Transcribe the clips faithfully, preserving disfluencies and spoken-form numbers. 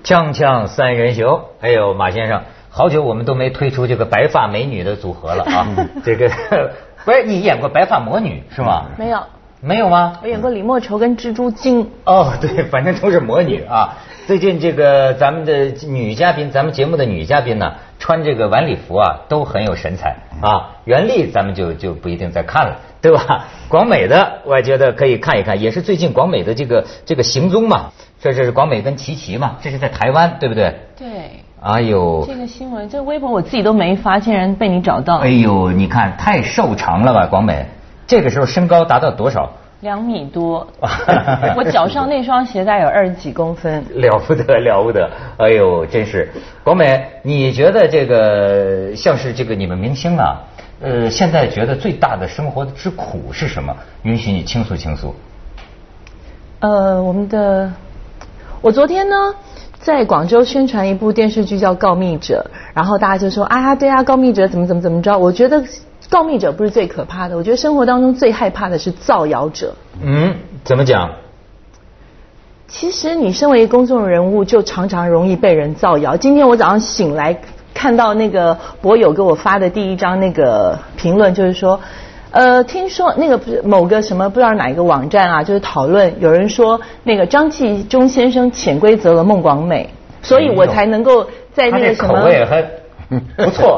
锵锵三人行，哎呦，马先生，好久我们都没推出这个白发美女的组合了啊！这个不是你演过白发魔女是吗？ 没有， 没有吗？ 我演过李莫愁跟蜘蛛精。 哦，对，反正都是魔女啊。最近这个咱们的女嘉宾，咱们节目的女嘉宾呢，穿这个晚礼服啊，都很有神采啊。袁立咱们就就不一定再看了，对吧？广美的我觉得可以看一看，也是最近广美的这个这个行踪嘛。这这是广美跟琪琪嘛，这是在台湾，对不对？ 对。 哎呦， 这个新闻，这个微博我自己都没发，竟然被你找到。 哎呦，你看太瘦长了吧，广美。这个时候身高达到多少？ 两米多。我脚上那双鞋带有二十几公分。 了不得，了不得！哎呦，真是。广美，你觉得这个像是这个你们明星啊，呃，现在觉得最大的生活之苦是什么？允许你倾诉倾诉。 呃，我们的。我昨天呢，在广州宣传一部电视剧叫《告密者》，然后大家就说啊，对啊，告密者怎么怎么怎么着？我觉得告密者不是最可怕的，我觉得生活当中最害怕的是造谣者。 嗯，怎么讲？ 其实你身为一个公众人物，就常常容易被人造谣。今天我早上醒来，看到那个博友给我发的第一张那个评论，就是说。呃，听说那个某个什么不知道哪一个网站啊，就是讨论有人说那个张纪中先生潜规则了孟广美，所以我才能够在那个什么。 他这口味还不错。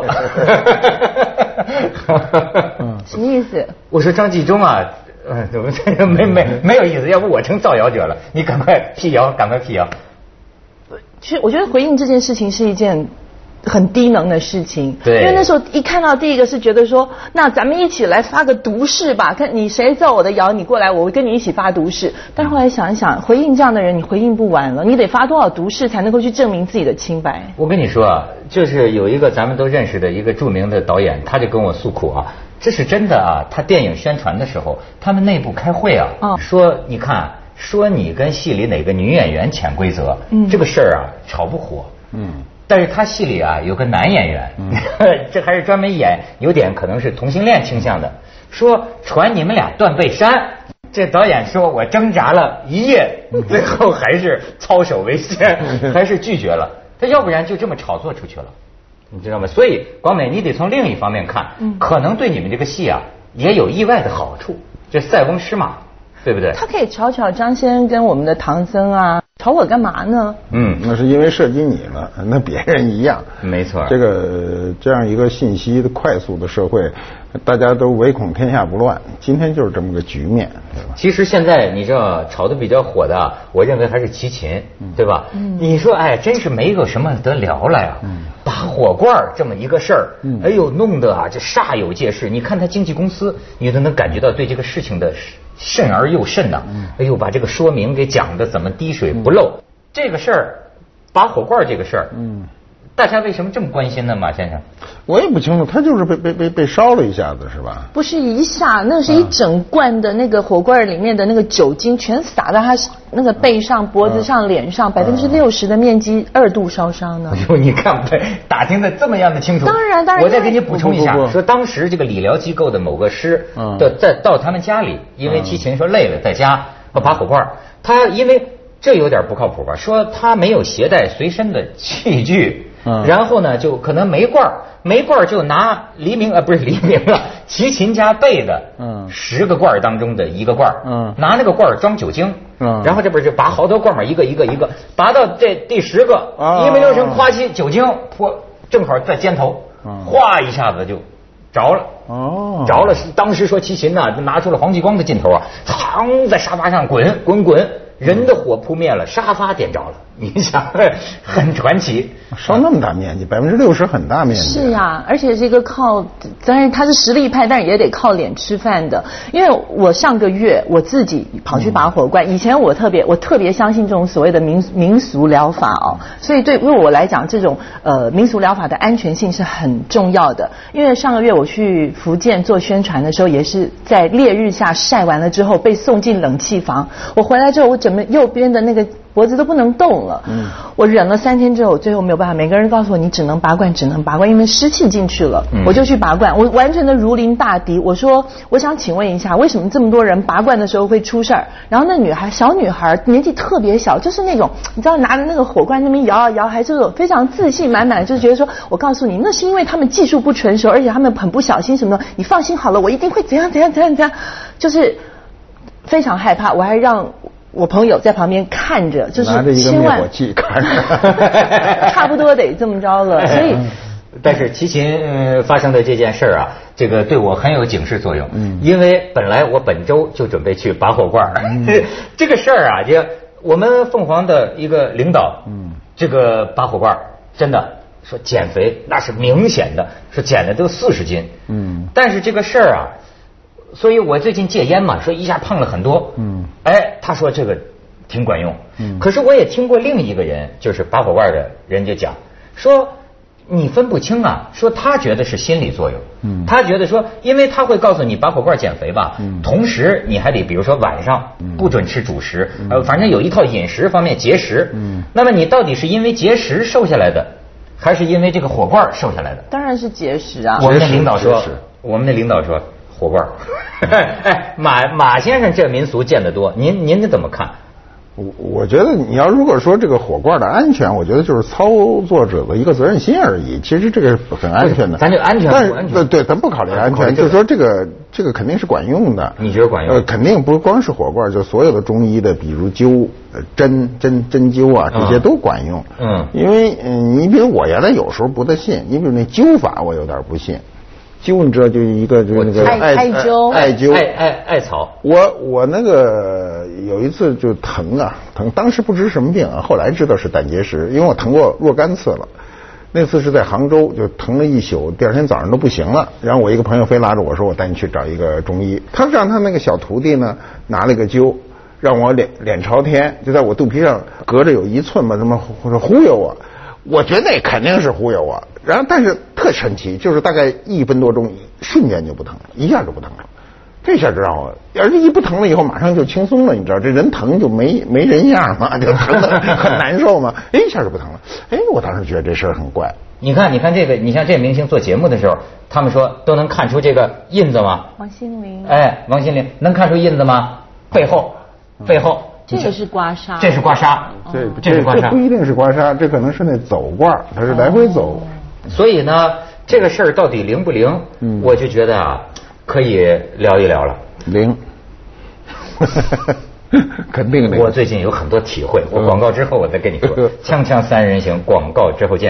什么意思？ 我说张纪中啊，呃，怎么这个没没没有意思？要不我成造谣者了，你赶快辟谣，赶快辟谣。 其实我觉得回应这件事情是一件。很低能的事情， 对， 因为那时候一看到第一个是觉得说，那咱们一起来发个毒誓吧，看你谁造我的谣，你过来，我跟你一起发毒誓。但是后来想一想，回应这样的人，你回应不完了，你得发多少毒誓才能够去证明自己的清白？我跟你说啊，就是有一个咱们都认识的一个著名的导演，他就跟我诉苦啊，这是真的啊。他电影宣传的时候，他们内部开会啊，哦、说你看，说你跟戏里哪个女演员潜规则，嗯、这个事儿啊，吵不火，嗯。但是他戏里啊有个男演员，嗯、这还是专门演有点可能是同性恋倾向的，说传你们俩断背山，这导演说我挣扎了一夜，最后还是操守为先，还是拒绝了。他要不然就这么炒作出去了，你知道吗？所以广美，你得从另一方面看，嗯、可能对你们这个戏啊也有意外的好处，这塞翁失马，对不对？ 他可以瞧瞧张先生跟我们的唐僧啊。吵我干嘛呢？ 嗯，那是因为涉及你了，那别人一样。 没错， 这个这样一个信息的快速的社会，大家都唯恐天下不乱。今天就是这么个局面，对吧？ 其实现在你知道炒得比较火的，我认为还是齐秦，对吧？嗯，你说哎，真是没有什么得聊了呀。嗯，拔火罐这么一个事儿，嗯，哎呦，弄得啊这煞有介事。你看他经纪公司，你都能感觉到对这个事情的慎而又慎呐、啊。嗯，哎呦，把这个说明给讲的怎么滴水不漏。嗯、这个事儿，拔火罐这个事儿，嗯，大家为什么这么关心呢？马先生， 我也不清楚，他就是被被被被烧了一下子，是吧？ 不是一下，那是一整罐的那个火罐里面的那个酒精，全洒到他那个背上、脖子上、脸上，百分之六十的面积二度烧伤呢。 哎呦，你看不对，打听的这么样的清楚。 当然，当然。 我再给你补充一下，不不不说当时这个理疗机构的某个师的在到他们家里，因为齐秦说累了，在家要拔火罐，他因为。这有点不靠谱吧？说他没有携带随身的器具，嗯、然后呢，就可能没罐没罐就拿黎明呃不是黎明了，齐秦家备的，嗯，十个罐当中的一个罐，嗯，拿那个罐装酒精，嗯，然后这不是就拔好多罐嘛，一个一个一个拔到这第十个，一没留神夸叽酒精泼，正好在肩头，哗一下子就着了。哦，着了！当时说齐秦呐、啊，拿出了黄继光的劲头啊，躺在沙发上滚滚滚，人的火扑灭了，沙发点着了。你想，很传奇， 烧那么大面积，百分之六十很大面积。 是呀、啊，而且这个靠，当然他是实力派，但也得靠脸吃饭的。因为我上个月我自己跑去拔火罐，嗯、以前我特别我特别相信这种所谓的民民俗疗法哦，所以对为我来讲，这种呃民俗疗法的安全性是很重要的。因为上个月我去福建做宣传的时候，也是在烈日下晒完了之后被送进冷气房，我回来之后我整整个右边的那个脖子都不能动了。嗯，我忍了三天之后，最后没有办法，每个人告诉我你只能拔罐，只能拔罐，因为湿气进去了。嗯，我就去拔罐，我完全的如临大敌。我说，我想请问一下，为什么这么多人拔罐的时候会出事儿？然后那女孩，小女孩年纪特别小，就是那种你知道拿着那个火罐那边摇啊摇，还是非常自信满满，就是觉得说，我告诉你，那是因为他们技术不成熟，而且他们很不小心什么的。你放心好了，我一定会怎样怎样怎样怎样，就是非常害怕。我还让我朋友在旁边看着，就是拿着一个灭火器看着，差不多得这么着了。所以， 但是齐秦、呃、发生的这件事啊，这个对我很有警示作用。嗯，因为本来我本周就准备去拔火罐，嗯、这个事儿啊，就我们凤凰的一个领导，嗯，这个拔火罐真的。说减肥那是明显的，说减了都四十斤，嗯，但是这个事儿啊，所以我最近戒烟嘛，说一下胖了很多，嗯，哎，他说这个挺管用，嗯，可是我也听过另一个人，就是拔火罐的人就讲说你分不清啊，说他觉得是心理作用，嗯，他觉得说，因为他会告诉你拔火罐减肥吧，嗯，同时你还得比如说晚上不准吃主食，嗯、呃，反正有一套饮食方面节食，嗯，那么你到底是因为节食瘦下来的？还是因为这个火罐瘦下来的？ 当然是节食啊！ 我们的领导说，我们的领导说火罐。哎，马马先生这民俗见得多，您您怎么看？ 我我觉得你要如果说这个火罐的安全，我觉得就是操作者的一个责任心而已。其实这个是很安全的， 咱就安全， 但是对对，咱不考虑安全，就是说这个这个肯定是管用的。 你觉得管用？ 呃，肯定不光是火罐，就所有的中医的，比如灸、针针针灸啊，这些都管用。嗯，因为嗯，你比如我原来有时候不太信，你比如那灸法，我有点不信。灸你知道，就一个就是那个艾艾灸， 艾灸， 艾艾艾草。 我我那个有一次就疼啊疼，当时不知什么病啊，后来知道是胆结石，因为我疼过若干次了。那次是在杭州，就疼了一宿，第二天早上都不行了。然后我一个朋友非拉着我说，我带你去找一个中医。他让他那个小徒弟呢拿了一个灸，让我脸脸朝天，就在我肚皮上隔着有一寸吧，这么或者忽悠我。我觉得那肯定是忽悠我，然后但是特神奇，就是大概一分多钟，瞬间就不疼了，一下就不疼了。这下就让我，要是一不疼了以后，马上就轻松了，你知道，这人疼就没没人样嘛，就疼得很难受嘛，哎，一下就不疼了。哎，我当时觉得这事儿很怪。 你看，你看这个，你像这明星做节目的时候，他们说都能看出这个印子吗？ 王心凌。 哎，王心凌能看出印子吗？背后，背后。 这个是刮痧， 这是刮痧， 这这是刮痧，不一定是刮痧，这可能是那走罐，它是来回走。 所以呢，这个事儿到底灵不灵？嗯，我就觉得啊，可以聊一聊了。 灵，肯定灵。 我最近有很多体会，我广告之后我再跟你说。锵锵三人行，广告之后见。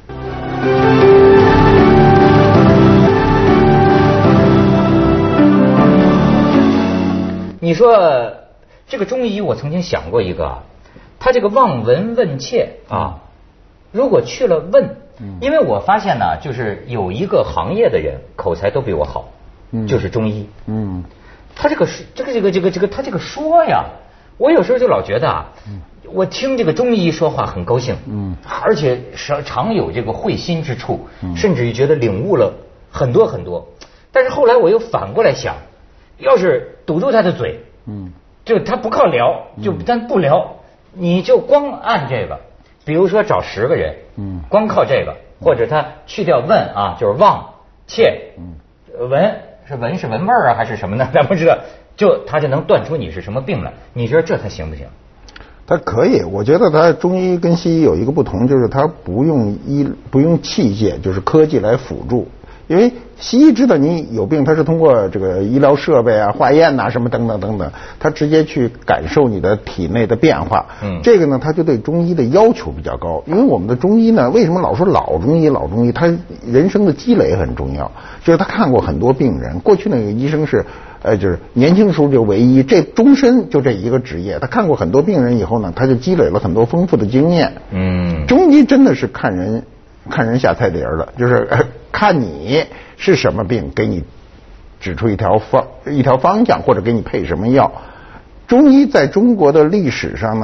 你说。这个中医我曾经想过一个，他这个望闻问切啊，如果去了问，因为我发现呢，就是有一个行业的人口才都比我好，就是中医。嗯，他这个是这个这个这个这个他这个说呀，我有时候就老觉得啊，我听这个中医说话很高兴，嗯，而且常有这个会心之处，甚至于觉得领悟了很多很多。但是后来我又反过来想，要是堵住他的嘴，嗯。就他不靠聊，就咱不聊，你就光按这个，比如说找十个人，嗯，光靠这个，或者他去掉问啊，就是望切，嗯，闻是闻是闻味儿啊，还是什么呢？咱不知道，就他就能断出你是什么病来。你觉得这他行不行？ 他可以，我觉得他中医跟西医有一个不同，就是他不用医不用器械，就是科技来辅助。因为西医知道你有病，他是通过这个医疗设备啊、化验呐、啊、什么等等等等，他直接去感受你的体内的变化。嗯，这个呢，他就对中医的要求比较高。因为我们的中医呢，为什么老说老中医、老中医？他人生的积累很重要，就是他看过很多病人。过去那个医生是，呃，就是年轻时候就为医，这终身就这一个职业。他看过很多病人以后呢，他就积累了很多丰富的经验。嗯，中医真的是看人。看人下菜碟儿的，就是看你是什么病，给你指出一条方一条方向，或者给你配什么药。中医在中国的历史上呢，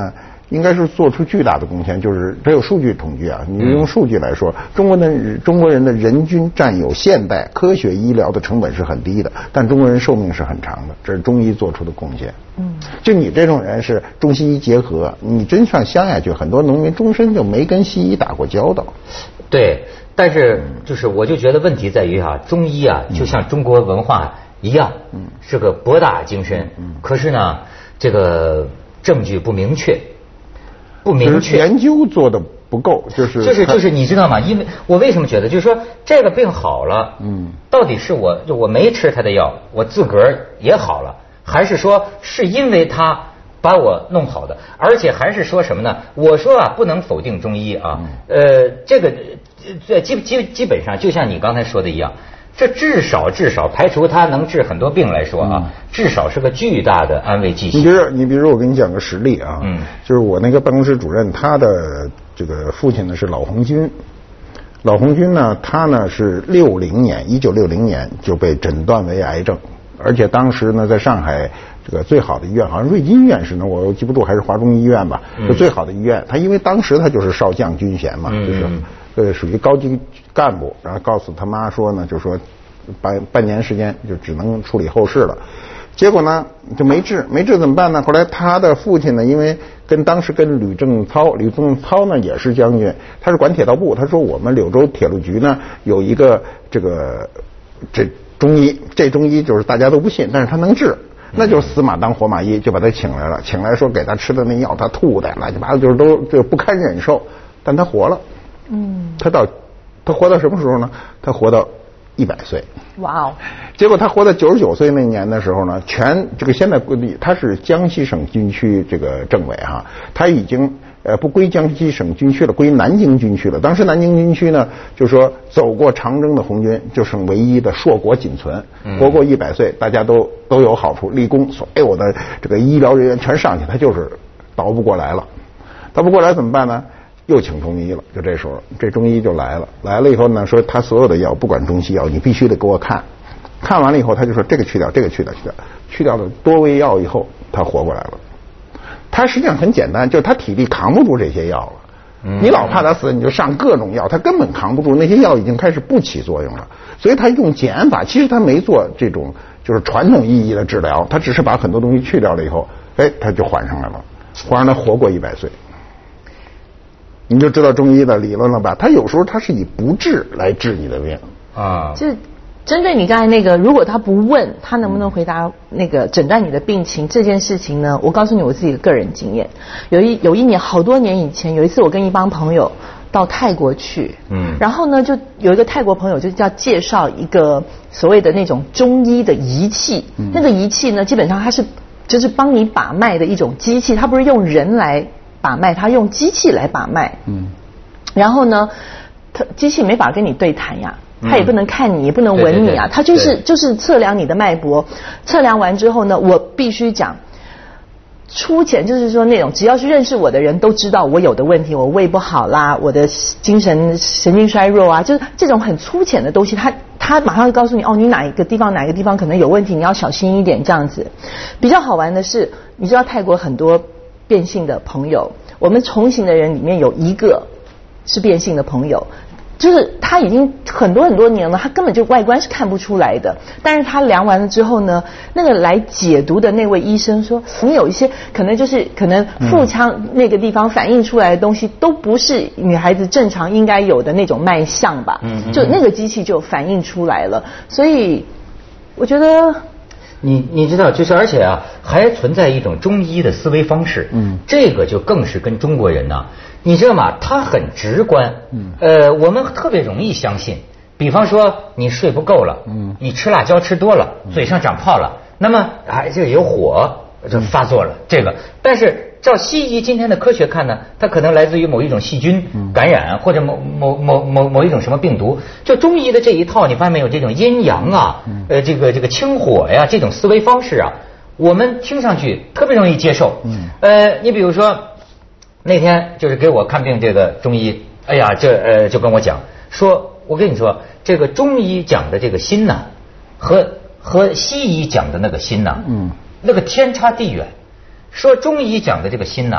应该是做出巨大的贡献，就是这有数据统计啊，你用数据来说，中国的中国人的人均占有现代科学医疗的成本是很低的，但中国人寿命是很长的，这是中医做出的贡献。嗯，就你这种人是中西医结合，你真上乡下去，很多农民终身就没跟西医打过交道。 对，但是就是我就觉得问题在于哈、啊，中医啊，就像中国文化一样，嗯，是个博大精深，嗯，可是呢，这个证据不明确，不明确， 研究做的不够，就是就是就是你知道吗？因为我为什么觉得，就是说这个病好了，嗯，到底是我就我没吃他的药，我自个儿也好了，还是说是因为他把我弄好的？而且还是说什么呢？我说啊，不能否定中医啊，呃，这个这基基基本上就像你刚才说的一样。这至少至少排除它能治很多病来说啊，嗯、至少是个巨大的安慰剂。 你比如你比如我给你讲个实例啊，嗯，就是我那个办公室主任，他的这个父亲呢是老红军，老红军呢他呢是六零年一九六零年就被诊断为癌症，而且当时呢在上海这个最好的医院，好像瑞金院士呢，我记不住还是华中医院吧，就最好的医院。他因为当时他就是少将军衔嘛，嗯、就是。呃，属于高级干部，然后告诉他妈说呢，就说半半年时间就只能处理后事了。结果呢就没治，没治怎么办呢？后来他的父亲呢，因为跟当时跟吕正操，吕正操呢也是将军，他是管铁道部，他说我们柳州铁路局呢有一个这个这中医，这中医就是大家都不信，但是他能治。那就是死马当活马医，就把他请来了，请来说给他吃的那药，他吐的乱七八糟，就是都就不堪忍受，但他活了。嗯，他到他活到什么时候呢？他活到一百岁。 哇哦！ 结果他活到九十九岁那年的时候呢，全这个现在归他是江西省军区这个政委哈，他已经呃不归江西省军区了，归南京军区了。当时南京军区呢，就说走过长征的红军就剩唯一的硕果仅存，活过一百岁，大家都都有好处，立功，所有的这个医疗人员全上去，他就是倒不过来了，倒不过来怎么办呢？又请中医了，就这时候，这中医就来了。来了以后呢，说他所有的药，不管中西药，你必须得给我看。看完了以后，他就说这个去掉，这个去掉，去掉，去掉了多味药以后，他活过来了。他实际上很简单，就是他体力扛不住这些药了。嗯、你老怕他死，你就上各种药，他根本扛不住，那些药已经开始不起作用了。所以他用减法，其实他没做这种就是传统意义的治疗，他只是把很多东西去掉了以后，哎，他就缓上来了，缓上来活过一百岁。你就知道中医的理论了吧？他有时候他是以不治来治你的病啊。就是针对你刚才那个，如果他不问他能不能回答那个诊断你的病情这件事情呢，我告诉你我自己的个人经验。有一有一年好多年以前，有一次我跟一帮朋友到泰国去，嗯，然后呢就有一个泰国朋友就叫介绍一个所谓的那种中医的仪器，嗯、那个仪器呢基本上它是就是帮你把脉的一种机器，它不是用人来把脉，他用机器来把脉，嗯，然后呢，他机器没法跟你对谈呀，他也不能看你，也不能闻你啊，他就是就是测量你的脉搏，测量完之后呢，我必须讲，粗浅就是说那种只要是认识我的人都知道我有的问题，我胃不好啦，我的精神神经衰弱啊，就是这种很粗浅的东西，他他马上就告诉你哦，你哪一个地方哪一个地方可能有问题，你要小心一点这样子。比较好玩的是，你知道泰国很多变性的朋友，我们同行的人里面有一个是变性的朋友，就是他已经很多很多年了，他根本就外观是看不出来的，但是他量完了之后呢，那个来解读的那位医生说，你有一些可能就是可能腹腔那个地方反映出来的东西都不是女孩子正常应该有的那种脉象吧，就那个机器就反映出来了，所以我觉得你你知道，就是而且啊，还存在一种中医的思维方式，嗯，这个就更是跟中国人呐、啊，你知道吗？他很直观，嗯，呃，我们特别容易相信。比方说，你睡不够了，嗯，你吃辣椒吃多了，嘴上长泡了，那么啊，这个有火就发作了，这个，但是。照西医今天的科学看呢，它可能来自于某一种细菌感染，或者某某某某某一种什么病毒。就中医的这一套，你发现没有？这种阴阳啊，呃，这个这个清火呀，这种思维方式啊，我们听上去特别容易接受。呃，你比如说那天就是给我看病这个中医，哎呀，这呃就跟我讲说，我跟你说，这个中医讲的这个心呐，和和西医讲的那个心呐，嗯，那个天差地远。说中医讲的这个心呐、啊，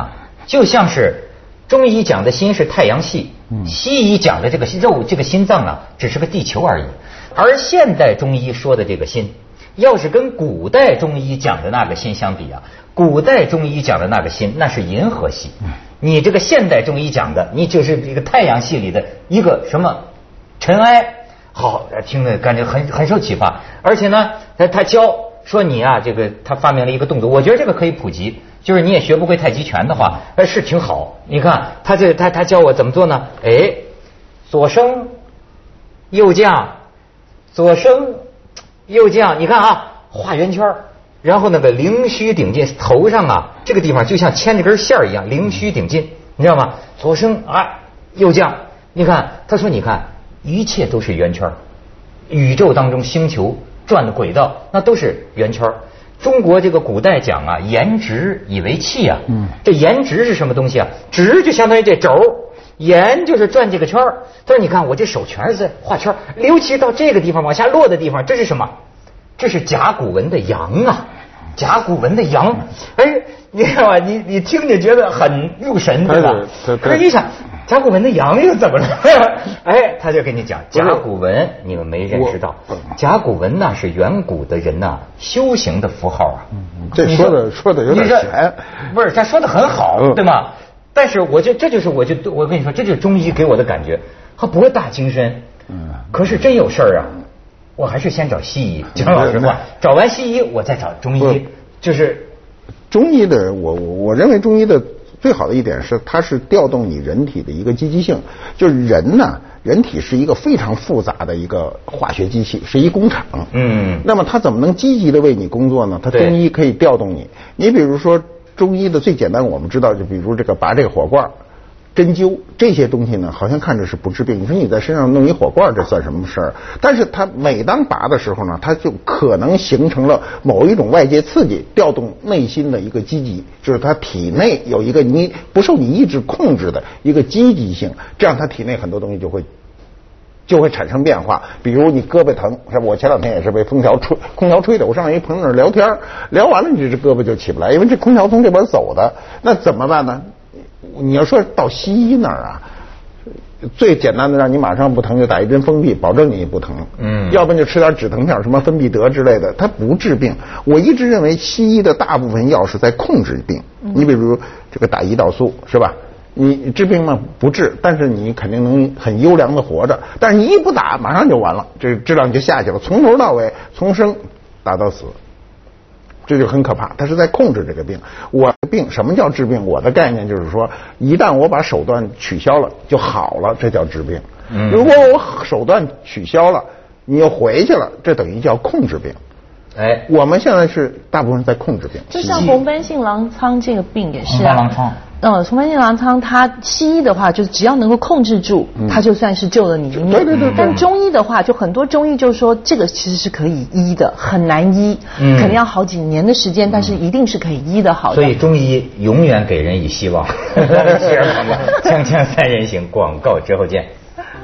就像是中医讲的心是太阳系，西医讲的这个肉这个心脏啊，只是个地球而已。而现代中医说的这个心，要是跟古代中医讲的那个心相比啊，古代中医讲的那个心那是银河系，你这个现代中医讲的，你就是一个太阳系里的一个什么尘埃。好，听着感觉很很受启发。而且呢，他他教说你啊，这个他发明了一个动作，我觉得这个可以普及。就是你也学不会太极拳的话，呃，是挺好。你看他这他他教我怎么做呢？哎，左升右降，左升右降，你看啊，画圆圈，然后那个灵虚顶劲，头上啊这个地方就像牵着根线一样，灵虚顶劲，你知道吗？左升啊右降，你看他说你看一切都是圆圈，宇宙当中星球转的轨道那都是圆圈。中国这个古代讲啊，言直以为气啊。嗯，这言直是什么东西啊？直就相当于这轴，言就是转这个圈儿。他说：“你看我这手全是在画圈，尤其到这个地方往下落的地方，这是什么？这是甲骨文的阳啊，甲骨文的阳。哎，你看吧，你你听着觉得很入神，对吧？可是你想。”甲骨文的阳又怎么了？哎，他就跟你讲，甲骨文你们没认识到，甲骨文那是远古的人呐修行的符号啊。 这说的说的有点玄， 不是他说的很好，对吗？但是我就这就是我就我跟你说，这就是中医给我的感觉，他博大精深。嗯，可是真有事儿啊，我还是先找西医。讲老实话，找完西医我再找中医，就是中医的我我我认为中医的。最好的一点是，它是调动你人体的一个积极性。就是人呢，人体是一个非常复杂的一个化学机器，是一工厂。嗯。那么它怎么能积极的为你工作呢？它中医可以调动你。你比如说中医的最简单，我们知道，就比如这个拔这个火罐。针灸这些东西呢，好像看着是不治病。你说你在身上弄一火罐，这算什么事儿？但是它每当拔的时候呢，它就可能形成了某一种外界刺激，调动内心的一个积极，就是它体内有一个你不受你意志控制的一个积极性，这样它体内很多东西就会就会产生变化。比如你胳膊疼，我前两天也是被空调吹空调吹的，我上一朋友那儿聊天，聊完了你这胳膊就起不来，因为这空调从这边走的，那怎么办呢？你要说到西医那儿啊，最简单的让你马上不疼就打一针封闭，保证你不疼。嗯，要不然就吃点止疼片，什么芬必得之类的，它不治病。我一直认为西医的大部分药是在控制病。嗯、你比如这个打胰岛素是吧？你治病吗？不治，但是你肯定能很优良的活着。但是你一不打，马上就完了，这质量就下去了，从头到尾，从生打到死。这就很可怕，他是在控制这个病。我的病什么叫治病？我的概念就是说，一旦我把手段取消了就好了，这叫治病。嗯，如果我手段取消了，你又回去了，这等于叫控制病。哎，我们现在是大部分在控制病。 就像红斑性狼疮这个病也是啊。狼疮。 嗯，红斑性狼疮，它西医的话，就是只要能够控制住，它就算是救了你一命。 对对对。 但中医的话，就很多中医就说这个其实是可以医的，很难医，嗯，可能要好几年的时间，但是一定是可以医的好的。 所以中医永远给人以希望。锵锵三人行，广告之后见。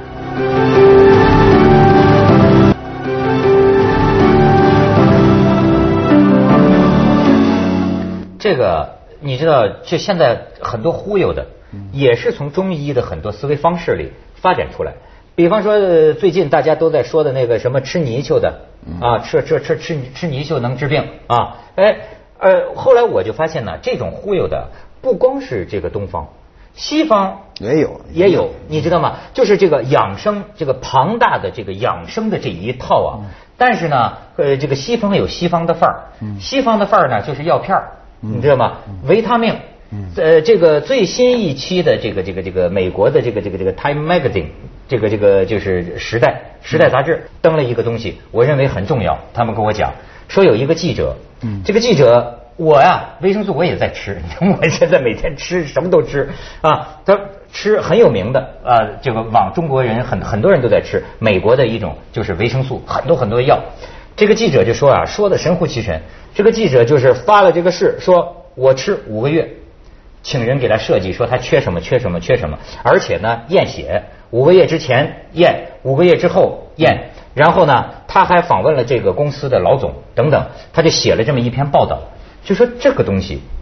这个你知道，就现在很多忽悠的，也是从中医的很多思维方式里发展出来。比方说，最近大家都在说的那个什么吃泥鳅的啊，吃吃吃吃吃泥鳅能治病啊，哎呃，后来我就发现呢，这种忽悠的不光是这个东方，西方也有也有，你知道吗？就是这个养生，这个庞大的这个养生的这一套啊。但是呢，呃，这个西方有西方的范儿，西方的范儿呢就是药片儿。你知道吗？维他命，呃，这个最新一期的这个这个这个美国的这个这个这个 Time Magazine， 这个这个就是时代时代杂志登了一个东西，我认为很重要。他们跟我讲说有一个记者，这个记者我呀维生素我也在吃，我现在每天吃什么都吃啊，他吃很有名的啊，这个往中国人很很多人都在吃美国的一种就是维生素，很多很多药。这个记者就说啊，说的神乎其神。这个记者就是发了这个誓，说我吃五个月，请人给他设计，说他缺什么缺什么缺什么，而且呢验血，五个月之前验，五个月之后验，然后呢他还访问了这个公司的老总等等，他就写了这么一篇报道，就说这个东西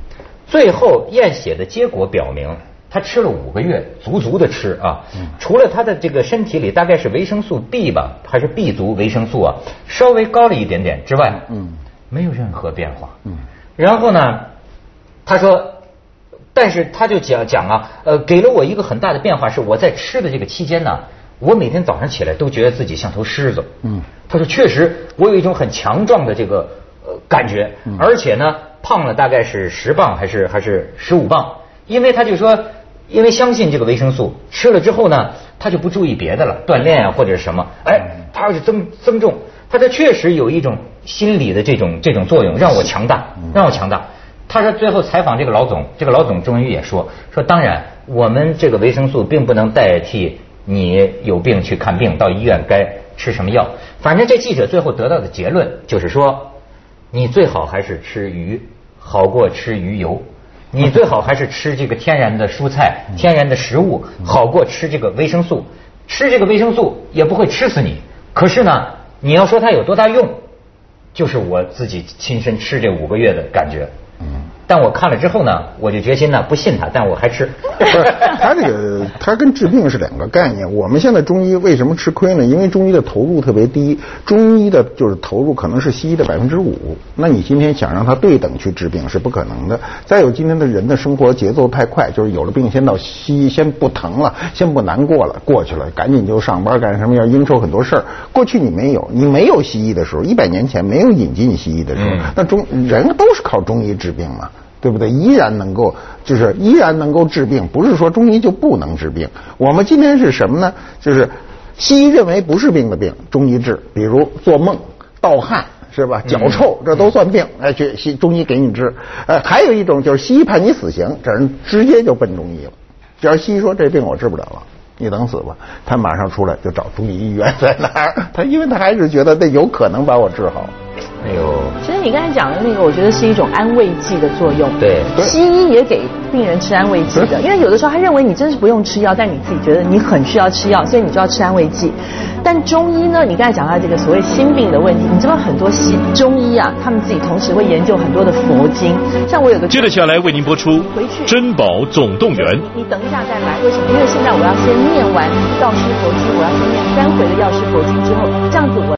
最后验血的结果表明，他吃了五个月，足足的吃啊。除了他的这个身体里大概是维生素 B 吧，还是 B 族维生素啊，稍微高了一点点之外，嗯，没有任何变化。嗯，然后呢，他说，但是他就讲讲啊，呃，给了我一个很大的变化，是我在吃的这个期间呢，我每天早上起来都觉得自己像头狮子。嗯，他说确实，我有一种很强壮的这个呃感觉，而且呢，胖了大概是十磅还是还是十五磅，因为他就说。因为相信这个维生素，吃了之后呢，他就不注意别的了，锻炼啊或者是什么，哎，他要是增增重，他这确实有一种心理的这种这种作用，让我强大，让我强大。他说最后采访这个老总，这个老总终于也说说，当然我们这个维生素并不能代替你有病去看病，到医院该吃什么药。反正这记者最后得到的结论就是说，你最好还是吃鱼，好过吃鱼油。你最好还是吃这个天然的蔬菜、天然的食物，好过吃这个维生素。吃这个维生素也不会吃死你，可是呢，你要说它有多大用，就是我自己亲身吃这五个月的感觉。但我看了之后呢，我就决心呢不信他，但我还吃。 不是，他这个他跟治病是两个概念。我们现在中医为什么吃亏呢？因为中医的投入特别低，中医的就是投入可能是西医的百分之五。那你今天想让他对等去治病是不可能的。再有今天的人的生活节奏太快，就是有了病先到西医，先不疼了，先不难过了，过去了，赶紧就上班干什么，要应酬很多事儿。过去你没有，你没有西医的时候，一百年前没有引进西医的时候，嗯、那中人都是靠中医治病嘛。对不对？依然能够，就是依然能够治病，不是说中医就不能治病。我们今天是什么呢？就是西医认为不是病的病，中医治，比如做梦、盗汗，是吧？脚臭，这都算病，哎，去西中医给你治。呃，还有一种就是西医判你死刑，这人直接就奔中医了。只要西医说这病我治不了了，你等死吧，他马上出来就找中医医院在哪儿？他因为他还是觉得那有可能把我治好。 哎呦，其实你刚才讲的那个，我觉得是一种安慰剂的作用。 对， 西医也给病人吃安慰剂的，因为有的时候他认为你真是不用吃药，但你自己觉得你很需要吃药，所以你就要吃安慰剂。但中医呢，你刚才讲到这个所谓心病的问题，你知道很多西中医啊，他们自己同时会研究很多的佛经。像我有个接着下来为您播出《珍宝总动员》。 你等一下再来，为什么？因为现在我要先念完药师佛经，我要先念三回的药师佛经之后，这样子我。